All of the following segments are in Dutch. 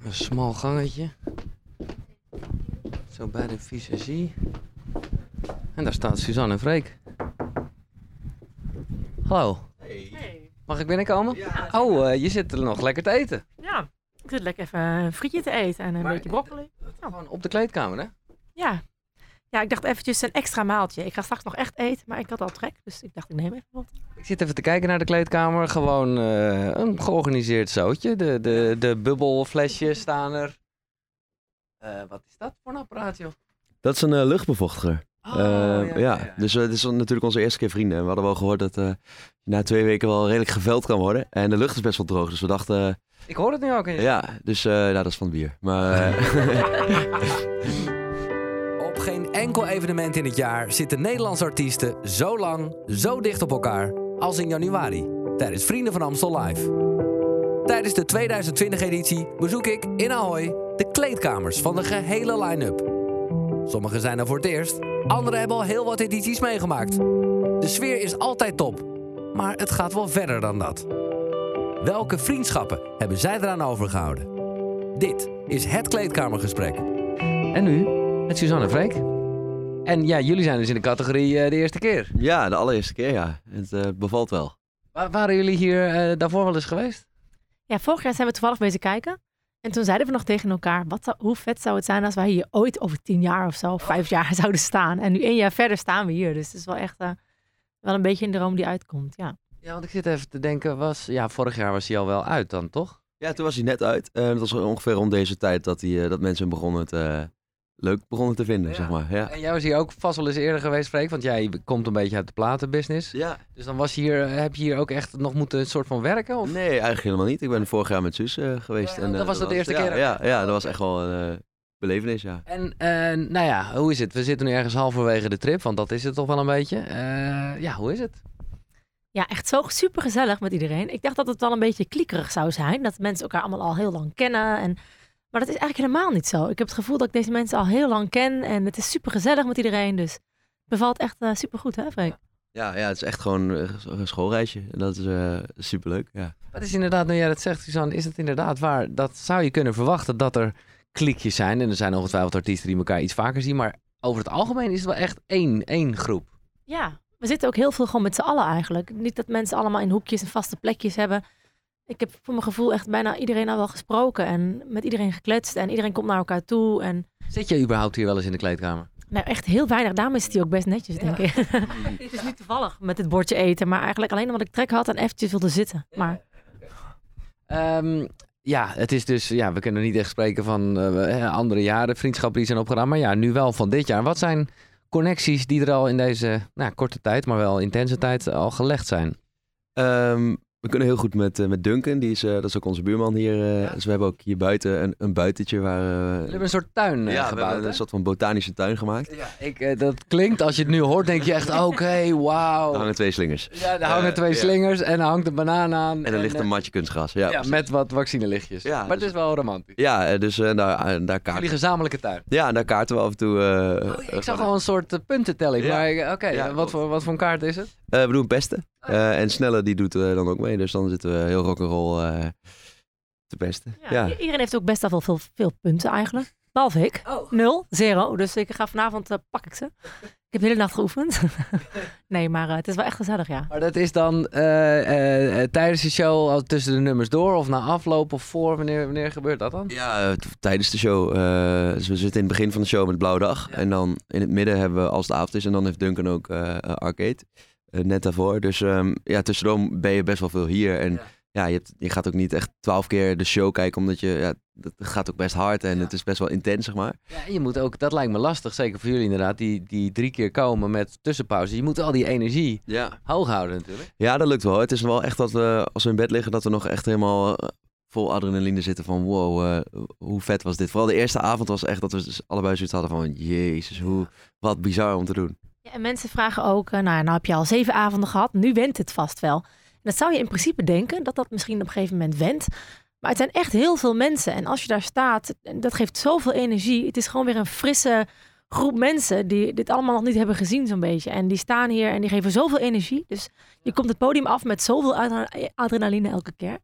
Een smal gangetje. Zo bij de visagie. En daar staat Suzanne en Freek. Hallo. Hey. Mag ik binnenkomen? Ja. Oh, je zit er nog lekker te eten. Ja, ik zit lekker even een frietje te eten en een beetje broccoli. Gewoon op de kleedkamer, hè? Ja. Ja, ik dacht eventjes een extra maaltje. Ik ga straks nog echt eten, maar ik had al trek. Dus ik dacht, ik neem even wat. Ik zit even te kijken naar de kleedkamer. Gewoon een georganiseerd zootje. De bubbelflesjes staan er. Wat is dat voor een apparaat, joh? Dat is een luchtbevochtiger. Ja. Dus het is natuurlijk onze eerste keer vrienden. En we hadden wel gehoord dat je na 2 weken wel redelijk geveld kan worden. En de lucht is best wel droog, dus we dachten... Ik hoor het nu ook. dus dat is van het bier. Maar... Op geen enkel evenement in het jaar zitten Nederlandse artiesten zo lang, zo dicht op elkaar als in januari tijdens Vrienden van Amstel Live. Tijdens de 2020-editie bezoek ik in Ahoy de kleedkamers van de gehele line-up. Sommigen zijn er voor het eerst, anderen hebben al heel wat edities meegemaakt. De sfeer is altijd top, maar het gaat wel verder dan dat. Welke vriendschappen hebben zij eraan overgehouden? Dit is het kleedkamergesprek. En nu met Suzanne en Freek. En ja, jullie zijn dus in de categorie de eerste keer. Ja, de allereerste keer, ja. Het bevalt wel. Waren jullie hier daarvoor wel eens geweest? Ja, vorig jaar zijn we toevallig bezig kijken. En toen zeiden we nog tegen elkaar, hoe vet zou het zijn als wij hier ooit over 10 jaar of zo, 5 jaar zouden staan. En nu 1 jaar verder staan we hier. Dus het is wel echt wel een beetje een droom die uitkomt, ja. Ja, want ik zit even te denken, vorig jaar was hij al wel uit dan, toch? Ja, toen was hij net uit. Dat was ongeveer rond deze tijd dat mensen hem leuk begonnen te vinden, zeg maar. Ja. En jij was hier ook vast wel eens eerder geweest, Freek, want jij komt een beetje uit de platenbusiness. Ja. Dus dan heb je hier ook echt nog moeten een soort van werken? Of? Nee, eigenlijk helemaal niet. Ik ben vorig jaar met Suus geweest. Ja, en, dat was de eerste keer? Ja, dat was echt wel een belevenis, ja. En nou ja, hoe is het? We zitten nu ergens halverwege de trip, want dat is het toch wel een beetje. Hoe is het? Ja, echt zo super gezellig met iedereen. Ik dacht dat het wel een beetje kliekerig zou zijn. Dat mensen elkaar allemaal al heel lang kennen. Maar dat is eigenlijk helemaal niet zo. Ik heb het gevoel dat ik deze mensen al heel lang ken. En het is super gezellig met iedereen. Dus het bevalt echt super goed, hè Freek? Ja, het is echt gewoon een schoolreisje. En dat is superleuk, ja. Het is inderdaad, nu jij dat zegt, Suzanne, is het inderdaad waar? Dat zou je kunnen verwachten dat er klikjes zijn. En er zijn ongetwijfeld artiesten die elkaar iets vaker zien. Maar over het algemeen is het wel echt één groep. Ja, we zitten ook heel veel gewoon met z'n allen eigenlijk. Niet dat mensen allemaal in hoekjes en vaste plekjes hebben. Ik heb voor mijn gevoel echt bijna iedereen al wel gesproken. En met iedereen gekletst. En iedereen komt naar elkaar toe. En... Zit je überhaupt hier wel eens in de kleedkamer? Nou, echt heel weinig. Daarom is het hier ook best netjes, denk ik. Het is niet toevallig met het bordje eten. Maar eigenlijk alleen omdat ik trek had en eventjes wilde zitten. Maar... het is dus... Ja, we kunnen niet echt spreken van andere jaren. Vriendschappen die zijn opgedaan. Maar ja, nu wel van dit jaar. Wat zijn connecties die er al in deze korte tijd, maar wel intense tijd al gelegd zijn? We kunnen heel goed met Duncan, dat is ook onze buurman hier. Dus we hebben ook hier buiten een buitentje waar... We hebben een soort tuin gebouwd. We hebben een soort van botanische tuin gemaakt. Ja, dat klinkt, als je het nu hoort, denk je echt, oké, wauw. Er hangen 2 slingers. Ja, er hangen 2 slingers en er hangt een banaan aan. En er ligt een matje kunstgras. Ja, met wat vaccinelichtjes. Ja, maar het is wel romantisch. Ja, dus daar kaarten... Jullie gezamenlijke tuin. Ja, en daar kaarten we af en toe... ik zag al een soort puntentelling. Ja. Maar oké, wat voor een kaart is het? We doen pesten. En Snelle die doet dan ook mee. Dus dan zitten we heel rock'n'roll te pesten. Ja. Iedereen heeft ook best wel veel punten eigenlijk. Behalve ik. 0, 0. Dus ik ga vanavond pak ik ze. Ik heb de hele nacht geoefend. Nee, maar het is wel echt gezellig, ja. Maar dat is dan tijdens de show al tussen de nummers door of na afloop of voor? Wanneer gebeurt dat dan? Ja, tijdens de show. Dus we zitten in het begin van de show met Blauwe Dag. Ja. En dan in het midden hebben we als het avond is. En dan heeft Duncan ook Arcade. Net daarvoor. Dus tussendoor ben je best wel veel hier. En je gaat ook niet echt 12 keer de show kijken. Omdat dat gaat ook best hard. En het is best wel intens, zeg maar. Ja, je moet ook, dat lijkt me lastig. Zeker voor jullie inderdaad. Die 3 keer komen met tussenpauze. Je moet al die energie hoog houden natuurlijk. Ja, dat lukt wel. Het is wel echt dat we, als we in bed liggen, dat we nog echt helemaal vol adrenaline zitten van wow, hoe vet was dit. Vooral de eerste avond was echt dat we dus allebei zoiets hadden van jezus, wat bizar om te doen. Ja, en mensen vragen ook, nou heb je al 7 avonden gehad, nu went het vast wel. En dat zou je in principe denken, dat misschien op een gegeven moment went. Maar het zijn echt heel veel mensen. En als je daar staat, dat geeft zoveel energie. Het is gewoon weer een frisse groep mensen die dit allemaal nog niet hebben gezien zo'n beetje. En die staan hier en die geven zoveel energie. Dus je komt het podium af met zoveel adrenaline elke keer.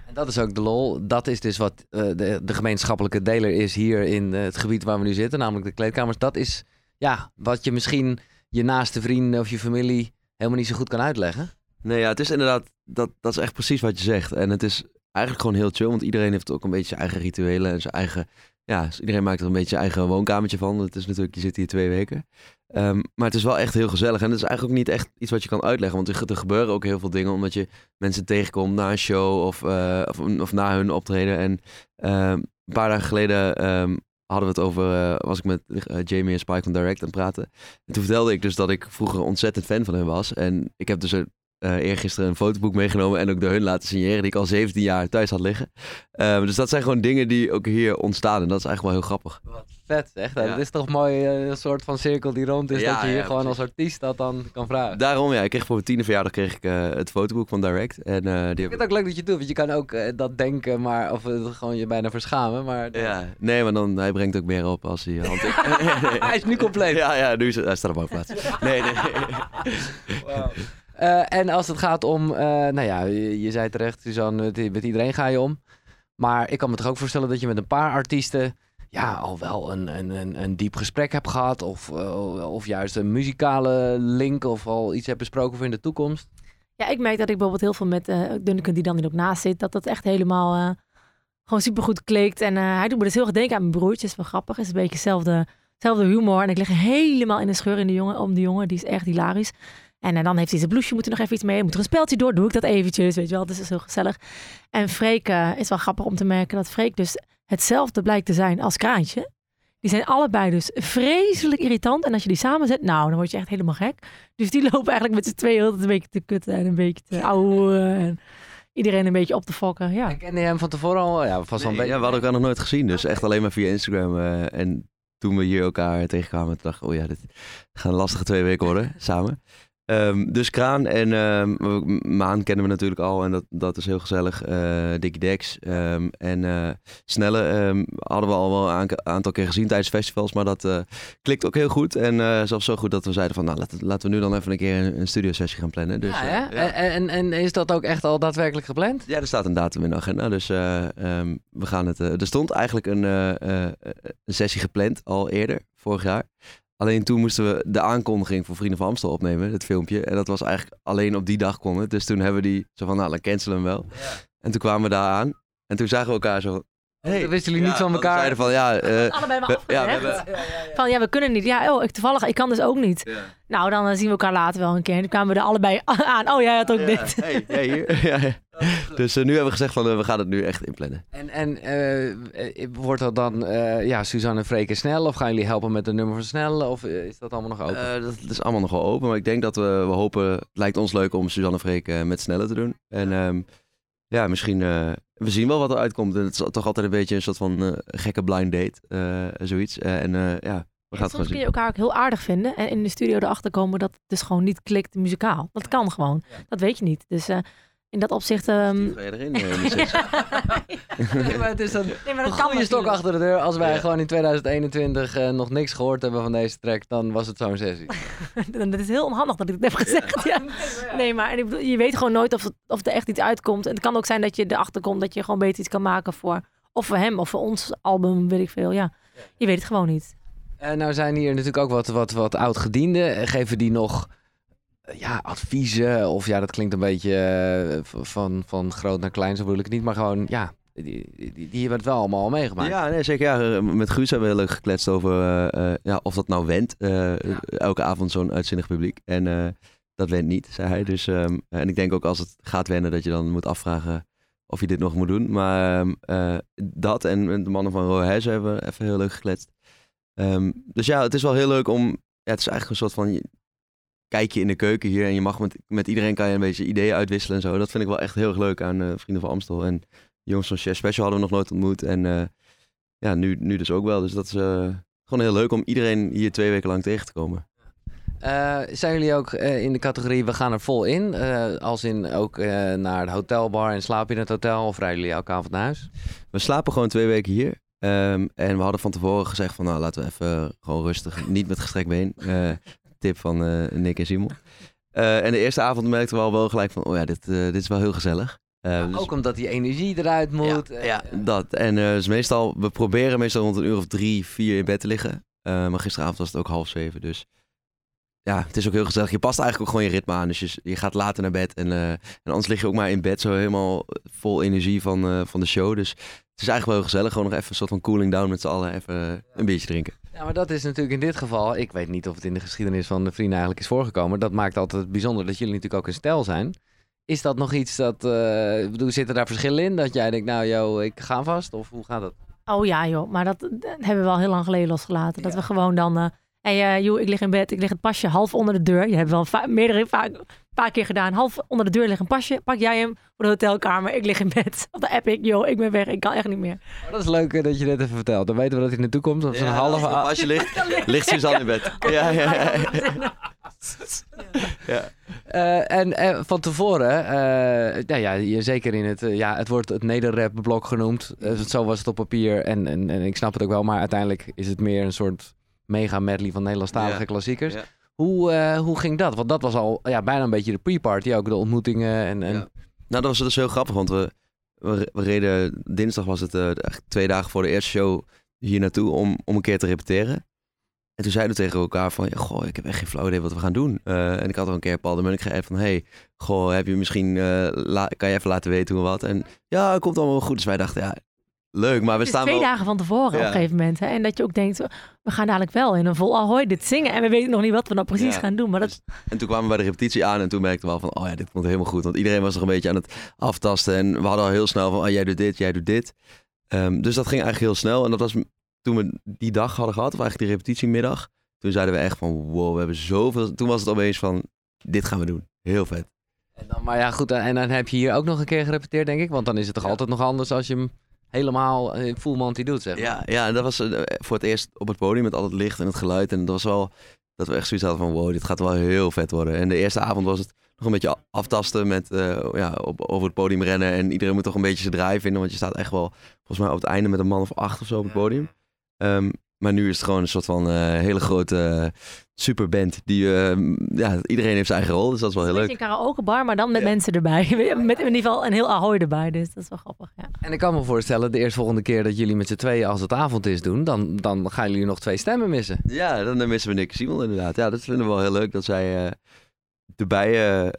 En dat is ook de lol. Dat is dus wat de gemeenschappelijke deler is hier in het gebied waar we nu zitten, namelijk de kleedkamers. Dat is wat je misschien je naaste vrienden of je familie helemaal niet zo goed kan uitleggen. Nee, ja, het is inderdaad, dat is echt precies wat je zegt. En het is eigenlijk gewoon heel chill, want iedereen heeft ook een beetje zijn eigen rituelen en zijn eigen... Ja, dus iedereen maakt er een beetje zijn eigen woonkamertje van. Het is natuurlijk, je zit hier 2 weken. Maar het is wel echt heel gezellig. En het is eigenlijk ook niet echt iets wat je kan uitleggen. Want er gebeuren ook heel veel dingen omdat je mensen tegenkomt na een show of na hun optreden. En een paar dagen geleden hadden we het over, was ik met Jamie en Spike van Direct aan het praten. En toen vertelde ik dus dat ik vroeger ontzettend fan van hen was. En ik heb dus eergisteren een fotoboek meegenomen en ook door hun laten signeren die ik al 17 jaar thuis had liggen. Dus dat zijn gewoon dingen die ook hier ontstaan en dat is eigenlijk wel heel grappig. Wat vet zeg. Het is toch mooi een soort van cirkel die rond is dat je hier gewoon als artiest dat dan kan vragen. Daarom ik kreeg voor mijn 10e verjaardag het fotoboek van Direct. En, ik vind het ook leuk dat je het doet, want je kan ook dat denken, maar of gewoon je bijna verschamen. Maar ja, nee, maar dan hij brengt ook meer op als hij... Hij is nu compleet. Ja, nu hij staat op bovenplaats. Nee. Wow. En als het gaat om, je zei terecht, Suzanne, met iedereen ga je om. Maar ik kan me toch ook voorstellen dat je met een paar artiesten al wel een diep gesprek hebt gehad. Of juist een muzikale link of al iets hebt besproken voor in de toekomst. Ja, ik merk dat ik bijvoorbeeld heel veel met Duncan, die dan er ook naast zit, dat echt gewoon supergoed klikt. En hij doet me dus heel erg denken aan mijn broertje. Is wel grappig. Het is een beetje hetzelfde humor. En ik lig helemaal in de scheur om de jongen. Die is echt hilarisch. En dan heeft hij zijn blouseje, moet er nog even iets mee. Moet er een speltje door, doe ik dat eventjes, weet je wel. Dus dat is heel gezellig. En Freek is wel grappig om te merken dat Freek dus hetzelfde blijkt te zijn als Kraantje. Die zijn allebei dus vreselijk irritant. En als je die samen zet, dan word je echt helemaal gek. Dus die lopen eigenlijk met z'n tweeën altijd een beetje te kutten en een beetje te ouwen. En iedereen een beetje op te fokken, ja. Ik kende hem van tevoren al, vast wel een beetje. Ja, we hadden elkaar nog nooit gezien, dus echt alleen maar via Instagram. En toen we hier elkaar tegenkwamen, dacht ik, dit gaan lastige 2 weken worden, samen. Dus Kraan en Maan kennen we natuurlijk al en dat is heel gezellig. Dickie Dex en Snelle hadden we al wel een aantal keer gezien tijdens festivals, maar dat klikt ook heel goed. En zelfs zo goed dat we zeiden van laten we nu dan even een keer een studiosessie gaan plannen. Dus, ja. En is dat ook echt al daadwerkelijk gepland? Ja, er staat een datum in de agenda, dus we gaan het... er stond eigenlijk een sessie gepland al eerder, vorig jaar. Alleen toen moesten we de aankondiging voor Vrienden van Amstel opnemen, het filmpje. En dat was eigenlijk alleen op die dag kon het. Dus toen hebben we die zo van, dan cancelen we hem wel. Ja. En toen kwamen we daar aan. En toen zagen we elkaar zo... Hey, wisten jullie niet van elkaar? We zeiden van, allebei maar afgezegd. We kunnen niet. Ja, toevallig, ik kan dus ook niet. Ja. Nou, dan zien we elkaar later wel een keer. En toen kwamen we er allebei aan. Oh, jij had ook dit. Hey, hier. Ja. Dus nu hebben we gezegd van, we gaan het nu echt inplannen. En wordt dat dan, Suzanne en Freek Snel? Of gaan jullie helpen met de nummer van Snel? Of is dat allemaal nog open? Dat is allemaal nog wel open. Maar ik denk dat we hopen, het lijkt ons leuk om Suzanne en Freek met Snelle te doen. En misschien... we zien wel wat er uitkomt. En het is toch altijd een beetje een soort van gekke blind date. Zoiets. We gaan het soms kun je elkaar ook heel aardig vinden. En in de studio erachter komen dat het dus gewoon niet klikt muzikaal. Dat kan gewoon. Ja. Dat weet je niet. Dus in dat opzicht... Ga je erin? Nee, maar het is een goede stok achter de deur. Als wij gewoon in 2021 nog niks gehoord hebben van deze track, dan was het zo'n sessie. Dat is heel onhandig dat ik het heb gezegd. Ja. Nee, maar je weet gewoon nooit of er echt iets uitkomt. En het kan ook zijn dat je erachter komt dat je gewoon beter iets kan maken voor hem of voor ons album, weet ik veel. Ja. Je weet het gewoon niet. Nou zijn hier natuurlijk ook wat oud-gedienden. Geven die nog adviezen? Of dat klinkt een beetje van groot naar klein, zo bedoel ik het niet. Maar gewoon, die hebben het wel allemaal al meegemaakt. Ja, nee, zeker. Ja, met Guus hebben we heel leuk gekletst over of dat nou went. Elke avond zo'n uitzinnig publiek. En dat went niet, zei hij. Dus, en ik denk ook als het gaat wennen dat je dan moet afvragen of je dit nog moet doen. Maar dat en de mannen van Roheise hebben we even heel leuk gekletst. Dus het is wel heel leuk om... Ja, het is eigenlijk een soort van... Kijk je in de keuken hier en je mag met iedereen kan je een beetje ideeën uitwisselen en zo. Dat vind ik wel echt heel erg leuk aan Vrienden van Amstel. En jongens van Chef Special hadden we nog nooit ontmoet. En nu dus ook wel. Dus dat is gewoon heel leuk om iedereen hier 2 weken lang tegen te komen. Zijn jullie ook in de categorie we gaan er vol in? Als in ook naar de hotelbar en slaap je in het hotel of rijden jullie elke avond naar huis? We slapen gewoon 2 weken hier. En we hadden van tevoren gezegd van laten we even gewoon rustig, niet met gestrekt been. Tip van Nick en Simon. En de eerste avond merkten we al wel gelijk van dit is wel heel gezellig. Dus- ook omdat die energie eruit moet. Ja, dat. En dus we proberen meestal rond 3, 4 in bed te liggen. Maar gisteravond was het ook 6:30, dus ja, het is ook heel gezellig. Je past eigenlijk ook gewoon je ritme aan, dus je gaat later naar bed. En anders lig je ook maar in bed zo helemaal vol energie van de show. Dus het is eigenlijk wel heel gezellig. Gewoon nog even een soort van cooling down met z'n allen. Even een biertje drinken. Ja, maar dat is natuurlijk in dit geval... Ik weet niet of het in de geschiedenis van de vrienden eigenlijk is voorgekomen. Dat maakt altijd bijzonder dat jullie natuurlijk ook een stel zijn. Is dat nog iets dat... zitten daar verschillen in? Dat jij denkt, nou joh, ik ga vast? Of hoe gaat dat? Oh ja joh, maar dat hebben we al heel lang geleden losgelaten. Dat we gewoon dan... ik lig in bed, ik lig het pasje half onder de deur. Je hebt wel een paar keer gedaan. Half onder de deur ligt een pasje. Pak jij hem voor de hotelkamer. Ik lig in bed. Of dan app ik, ik ben weg. Ik kan echt niet meer. Maar dat is leuk dat je dit even vertelt. Dan weten we dat hij naartoe komt. Of zo'n halve... Als je ligt Suzanne in bed. Ja. En van tevoren, zeker in het... het wordt het nederrap-blok genoemd. Zo was het op papier. En ik snap het ook wel. Maar uiteindelijk is het meer een soort mega medley van Nederlandstalige klassiekers. Ja. Hoe ging dat? Want dat was al bijna een beetje de pre-party. Ook de ontmoetingen. Ja. Nou, dat was dus heel grappig. Want we reden... Dinsdag was het 2 dagen voor de eerste show hier naartoe om een keer te repeteren. En toen zeiden we tegen elkaar van... Goh, ik heb echt geen flauw idee wat we gaan doen. En ik had al een keer Paul de Munnik gegeven van... Hey, goh, heb je misschien... kan je even laten weten hoe wat? En ja, het komt allemaal wel goed. Dus wij dachten, leuk, maar we staan 2 dagen van tevoren op een gegeven moment. Hè? En dat je ook denkt, we gaan dadelijk wel in een vol Ahoy dit zingen. En we weten nog niet wat we nou precies gaan doen. Maar dat... En toen kwamen we bij de repetitie aan en toen merkten we al van... dit komt helemaal goed. Want iedereen was nog een beetje aan het aftasten. En we hadden al heel snel van, jij doet dit, jij doet dit. Dus dat ging eigenlijk heel snel. En dat was toen we die dag hadden gehad, of eigenlijk die repetitiemiddag. Toen zeiden we echt van, wow, we hebben zoveel... Toen was het opeens van, dit gaan we doen. Heel vet. En dan, maar ja, goed. En dan heb je hier ook nog een keer gerepeteerd, denk ik. Want dan is het toch altijd nog anders als je hem... helemaal full Monty doet, zeg maar. Ja, en dat was voor het eerst op het podium met al het licht en het geluid. En dat was wel dat we echt zoiets hadden van wow, dit gaat wel heel vet worden. En de eerste avond was het nog een beetje aftasten met over het podium rennen. En iedereen moet toch een beetje zijn draai vinden, want je staat echt wel volgens mij op het einde met een man of 8 of zo op het podium. Maar nu is het gewoon een soort van hele grote superband. Iedereen heeft zijn eigen rol, dus dat is wel heel leuk. Een karaokebar, maar dan met mensen erbij. Met in ieder geval een heel Ahoy erbij, dus dat is wel grappig. Ja. En ik kan me voorstellen, de eerstvolgende keer dat jullie met z'n tweeën als het avond is doen, dan gaan jullie nog 2 stemmen missen. Ja, dan missen we Nick Simon inderdaad. Ja, dat vinden we wel heel leuk dat zij erbij...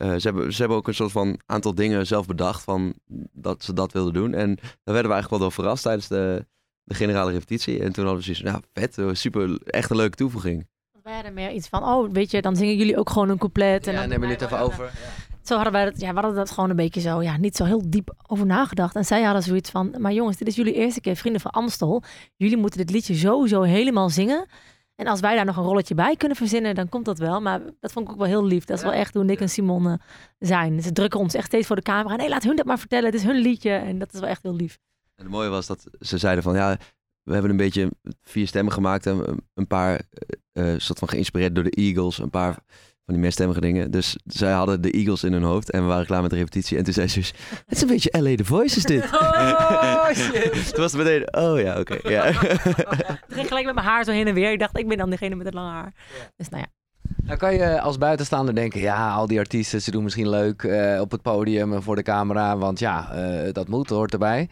Ze hebben ook een soort van aantal dingen zelf bedacht van dat ze dat wilden doen. En daar werden we eigenlijk wel door verrast tijdens de generale repetitie. En toen hadden we zoiets vet, super, echt een leuke toevoeging. Wij hadden meer iets van, weet je, dan zingen jullie ook gewoon een couplet. En dan nemen jullie het even over. Ja. Zo hadden wij we hadden dat gewoon een beetje zo, niet zo heel diep over nagedacht. En zij hadden zoiets van, maar jongens, dit is jullie eerste keer Vrienden van Amstel. Jullie moeten dit liedje sowieso helemaal zingen. En als wij daar nog een rolletje bij kunnen verzinnen, dan komt dat wel. Maar dat vond ik ook wel heel lief. Dat is wel echt hoe Nick en Simon zijn. Ze drukken ons echt steeds voor de camera. Nee, laat hun dat maar vertellen. Het is hun liedje. En dat is wel echt heel lief. En het mooie was dat ze zeiden van, we hebben een beetje 4 stemmen gemaakt. En een paar soort van geïnspireerd door de Eagles. Een paar van die meerstemmige dingen. Dus zij hadden de Eagles in hun hoofd. En we waren klaar met de repetitie. En toen zei ze, het is een beetje LA The Voice is dit. Oh, shit. Toen was het meteen, oké. Het ging gelijk met mijn haar zo heen en weer. Ik dacht, ik ben dan degene met het lange haar. Dus nou ja. Nou kan je als buitenstaander denken, al die artiesten, ze doen misschien leuk op het podium en voor de camera. Want dat hoort erbij.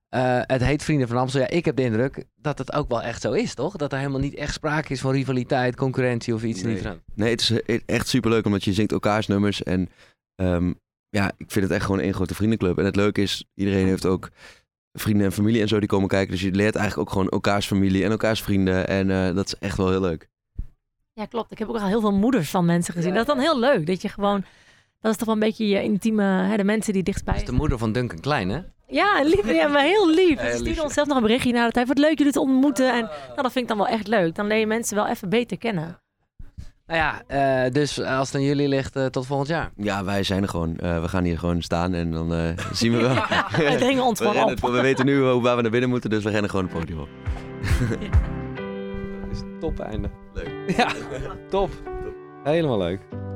Het heet Vrienden van Amstel. Ik heb de indruk dat het ook wel echt zo is, toch? Dat er helemaal niet echt sprake is van rivaliteit, concurrentie of iets. Nee, het is echt superleuk omdat je zingt elkaars nummers. En ik vind het echt gewoon een grote vriendenclub. En het leuke is, iedereen heeft ook vrienden en familie en zo die komen kijken. Dus je leert eigenlijk ook gewoon elkaars familie en elkaars vrienden. En dat is echt wel heel leuk. Ja, klopt. Ik heb ook al heel veel moeders van mensen gezien. Dat is dan heel leuk. Dat je gewoon... Dat is toch wel een beetje je intieme... de mensen die dichtbij... Dat is de moeder van Duncan Klein, hè? Ja, lief, maar heel lief. Ze stuurde ons zelf nog een berichtje naar de tijd. Wat leuk jullie te ontmoeten. En dat vind ik dan wel echt leuk. Dan leer je mensen wel even beter kennen. Dus als het aan jullie ligt, tot volgend jaar. Ja, wij zijn er gewoon. We gaan hier gewoon staan en dan zien we wel. We dringen ons gewoon op. We weten nu waar we naar binnen moeten, dus we rennen gewoon het podium op. Dat is een top einde. Leuk. Ja, top. Helemaal leuk.